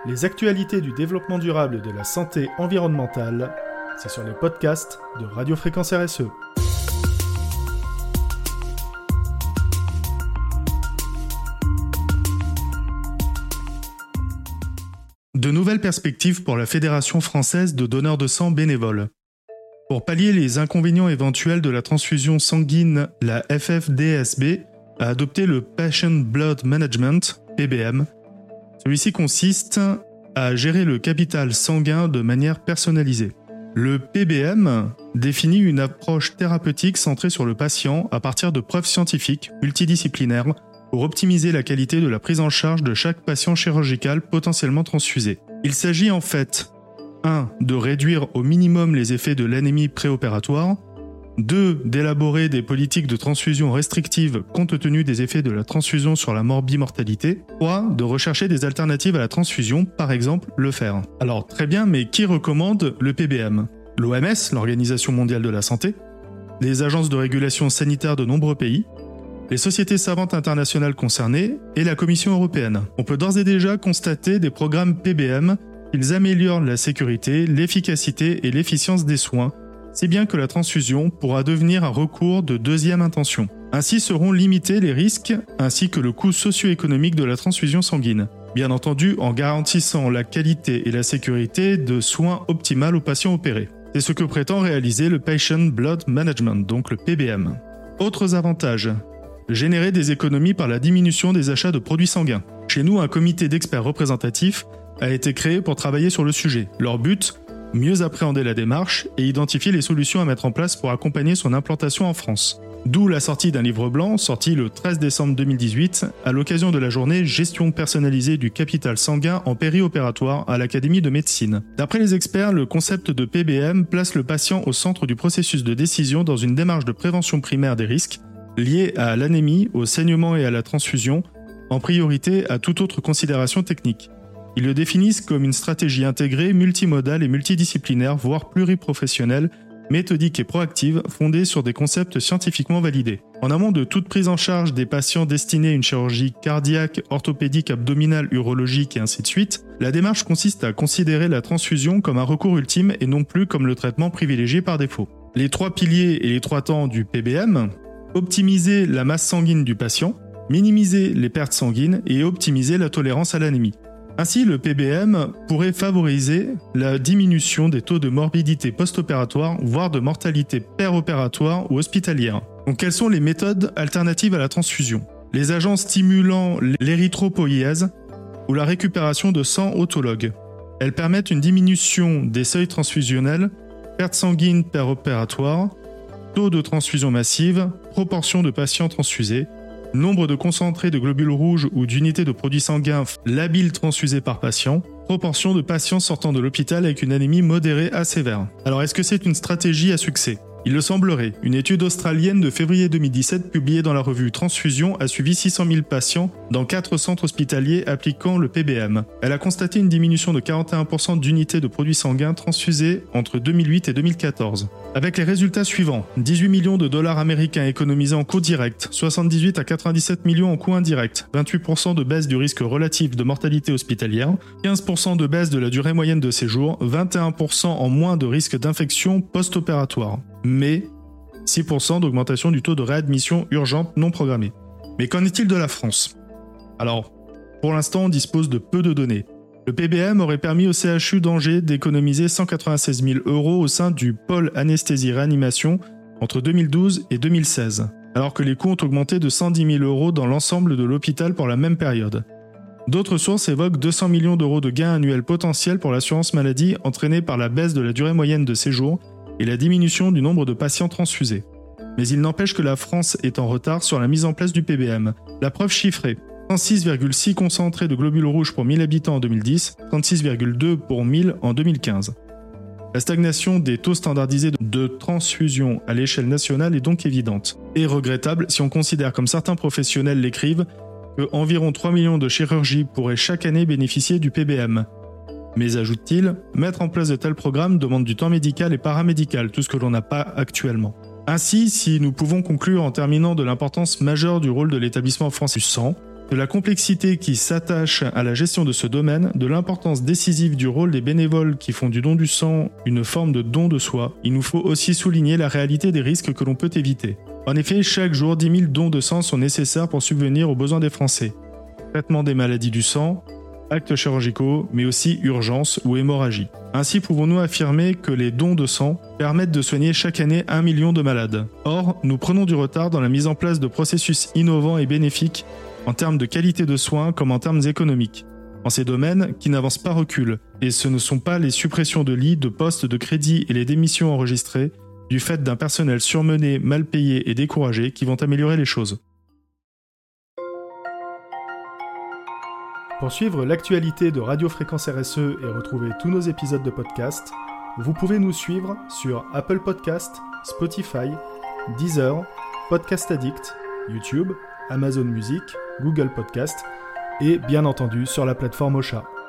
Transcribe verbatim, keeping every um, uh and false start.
Les actualités du développement durable et de la santé environnementale, c'est sur les podcasts de Radio Fréquence R S E. De nouvelles perspectives pour la Fédération française de donneurs de sang bénévoles. Pour pallier les inconvénients éventuels de la transfusion sanguine, la F F D S B a adopté le Patient Blood Management, P B M. Celui-ci consiste à gérer le capital sanguin de manière personnalisée. Le P B M définit une approche thérapeutique centrée sur le patient à partir de preuves scientifiques multidisciplinaires pour optimiser la qualité de la prise en charge de chaque patient chirurgical potentiellement transfusé. Il s'agit en fait un de réduire au minimum les effets de l'anémie préopératoire, deux d'élaborer des politiques de transfusion restrictives compte tenu des effets de la transfusion sur la morbimortalité, trois de rechercher des alternatives à la transfusion, par exemple le fer. Alors très bien, mais qui recommande le P B M ? L'O M S, l'Organisation mondiale de la santé, les agences de régulation sanitaire de nombreux pays, les sociétés savantes internationales concernées et la Commission européenne. On peut d'ores et déjà constater des programmes P B M. Ils améliorent la sécurité, l'efficacité et l'efficience des soins, si bien que la transfusion pourra devenir un recours de deuxième intention. Ainsi seront limités les risques ainsi que le coût socio-économique de la transfusion sanguine. Bien entendu, en garantissant la qualité et la sécurité de soins optimales aux patients opérés. C'est ce que prétend réaliser le Patient Blood Management, donc le P B M. Autres avantages. Générer des économies par la diminution des achats de produits sanguins. Chez nous, un comité d'experts représentatifs a été créé pour travailler sur le sujet. Leur but, mieux appréhender la démarche et identifier les solutions à mettre en place pour accompagner son implantation en France. D'où la sortie d'un livre blanc, sorti le treize décembre deux mille dix-huit, à l'occasion de la journée Gestion personnalisée du capital sanguin en périopératoire à l'Académie de médecine. D'après les experts, le concept de P B M place le patient au centre du processus de décision dans une démarche de prévention primaire des risques liés à l'anémie, au saignement et à la transfusion, en priorité à toute autre considération technique. Ils le définissent comme une stratégie intégrée, multimodale et multidisciplinaire, voire pluriprofessionnelle, méthodique et proactive, fondée sur des concepts scientifiquement validés. En amont de toute prise en charge des patients destinés à une chirurgie cardiaque, orthopédique, abdominale, urologique et ainsi de suite, la démarche consiste à considérer la transfusion comme un recours ultime et non plus comme le traitement privilégié par défaut. Les trois piliers et les trois temps du P B M, optimiser la masse sanguine du patient, minimiser les pertes sanguines et optimiser la tolérance à l'anémie. Ainsi, le P B M pourrait favoriser la diminution des taux de morbidité post-opératoire, voire de mortalité péropératoire ou hospitalière. Donc, quelles sont les méthodes alternatives à la transfusion ? Les agents stimulant l'érythropoïèse ou la récupération de sang autologue. Elles permettent une diminution des seuils transfusionnels, pertes sanguines péropératoires, taux de transfusion massive, proportion de patients transfusés, nombre de concentrés de globules rouges ou d'unités de produits sanguins labiles transfusés par patient, proportion de patients sortant de l'hôpital avec une anémie modérée à sévère. Alors est-ce que c'est une stratégie à succès ? Il le semblerait. Une étude australienne de février deux mille dix-sept publiée dans la revue Transfusion a suivi six cent mille patients dans quatre centres hospitaliers appliquant le P B M. Elle a constaté une diminution de quarante et un pour cent d'unités de produits sanguins transfusés entre deux mille huit et deux mille quatorze. Avec les résultats suivants, dix-huit millions de dollars américains économisés en coûts directs, soixante-dix-huit à quatre-vingt-dix-sept millions en coûts indirects, vingt-huit pour cent de baisse du risque relatif de mortalité hospitalière, quinze pour cent de baisse de la durée moyenne de séjour, vingt et un pour cent en moins de risque d'infection post-opératoire. Mais six pour cent d'augmentation du taux de réadmission urgente non programmée. Mais qu'en est-il de la France ? Alors, pour l'instant, on dispose de peu de données. Le P B M aurait permis au C H U d'Angers d'économiser cent quatre-vingt-seize mille euros au sein du pôle anesthésie-réanimation entre deux mille douze et deux mille seize, alors que les coûts ont augmenté de cent dix mille euros dans l'ensemble de l'hôpital pour la même période. D'autres sources évoquent deux cents millions d'euros de gains annuels potentiels pour l'assurance maladie entraînés par la baisse de la durée moyenne de séjour et la diminution du nombre de patients transfusés. Mais il n'empêche que la France est en retard sur la mise en place du P B M. La preuve chiffrée, trente-six virgule six concentrés de globules rouges pour mille habitants en deux mille dix, trente-six virgule deux pour mille en deux mille quinze. La stagnation des taux standardisés de transfusion à l'échelle nationale est donc évidente, et regrettable si on considère, comme certains professionnels l'écrivent, que environ trois millions de chirurgies pourraient chaque année bénéficier du P B M. Mais ajoute-t-il, mettre en place de tels programmes demande du temps médical et paramédical, tout ce que l'on n'a pas actuellement. Ainsi, si nous pouvons conclure en terminant de l'importance majeure du rôle de l'établissement français du sang, De la complexité qui s'attache à la gestion de ce domaine, de l'importance décisive du rôle des bénévoles qui font du don du sang une forme de don de soi, il nous faut aussi souligner la réalité des risques que l'on peut éviter. En effet, chaque jour, dix mille dons de sang sont nécessaires pour subvenir aux besoins des Français. Traitement des maladies du sang, actes chirurgicaux, mais aussi urgences ou hémorragie. Ainsi, pouvons-nous affirmer que les dons de sang permettent de soigner chaque année un million de malades. Or, nous prenons du retard dans la mise en place de processus innovants et bénéfiques en termes de qualité de soins comme en termes économiques. En ces domaines, qui n'avancent pas recul, et ce ne sont pas les suppressions de lits, de postes de crédit et les démissions enregistrées, du fait d'un personnel surmené, mal payé et découragé, qui vont améliorer les choses. Pour suivre l'actualité de Radio Fréquence R S E et retrouver tous nos épisodes de podcast, vous pouvez nous suivre sur Apple Podcast, Spotify, Deezer, Podcast Addict, YouTube, Amazon Music, Google Podcast et bien entendu sur la plateforme Ocha.